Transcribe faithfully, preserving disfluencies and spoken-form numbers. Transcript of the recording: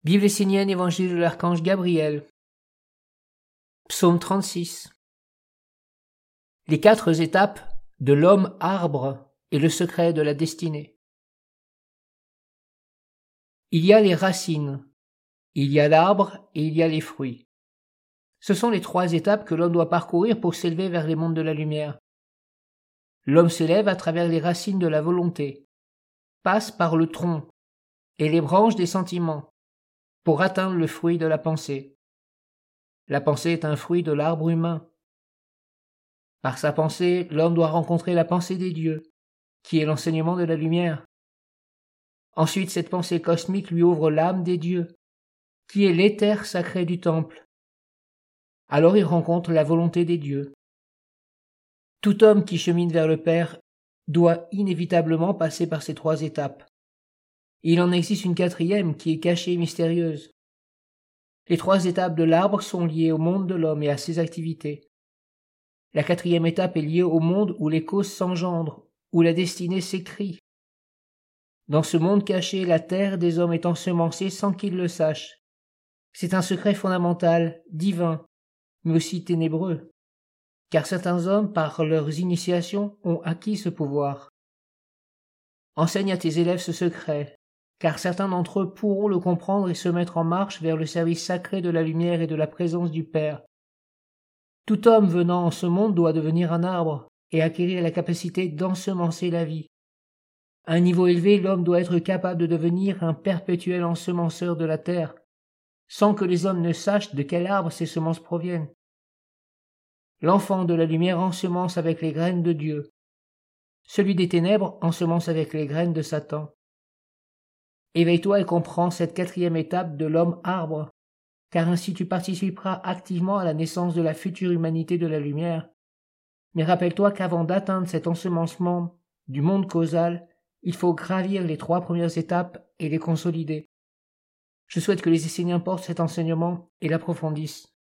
Bible essénienne, Évangile de l'archange Gabriel. Psaume trente-six. Les quatre étapes de l'homme arbre et le secret de la destinée. Il y a les racines, il y a l'arbre et il y a les fruits. Ce sont les trois étapes que l'homme doit parcourir pour s'élever vers les mondes de la lumière. L'homme s'élève à travers les racines de la volonté, passe par le tronc et les branches des sentiments, pour atteindre le fruit de la pensée. La pensée est un fruit de l'arbre humain. Par sa pensée, l'homme doit rencontrer la pensée des dieux, qui est l'enseignement de la lumière. Ensuite, cette pensée cosmique lui ouvre l'âme des dieux, qui est l'éther sacré du temple. Alors il rencontre la volonté des dieux. Tout homme qui chemine vers le Père doit inévitablement passer par ces trois étapes. Il en existe une quatrième qui est cachée et mystérieuse. Les trois étapes de l'arbre sont liées au monde de l'homme et à ses activités. La quatrième étape est liée au monde où les causes s'engendrent, où la destinée s'écrit. Dans ce monde caché, la terre des hommes est ensemencée sans qu'ils le sachent. C'est un secret fondamental, divin, mais aussi ténébreux, car certains hommes, par leurs initiations, ont acquis ce pouvoir. Enseigne à tes élèves ce secret, car certains d'entre eux pourront le comprendre et se mettre en marche vers le service sacré de la lumière et de la présence du Père. Tout homme venant en ce monde doit devenir un arbre et acquérir la capacité d'ensemencer la vie. À un niveau élevé, l'homme doit être capable de devenir un perpétuel ensemenceur de la terre, sans que les hommes ne sachent de quel arbre ces semences proviennent. L'enfant de la lumière ensemence avec les graines de Dieu. Celui des ténèbres ensemence avec les graines de Satan. Éveille-toi et comprends cette quatrième étape de l'homme arbre, car ainsi tu participeras activement à la naissance de la future humanité de la lumière. Mais rappelle-toi qu'avant d'atteindre cet ensemencement du monde causal, il faut gravir les trois premières étapes et les consolider. Je souhaite que les Esséniens portent cet enseignement et l'approfondissent.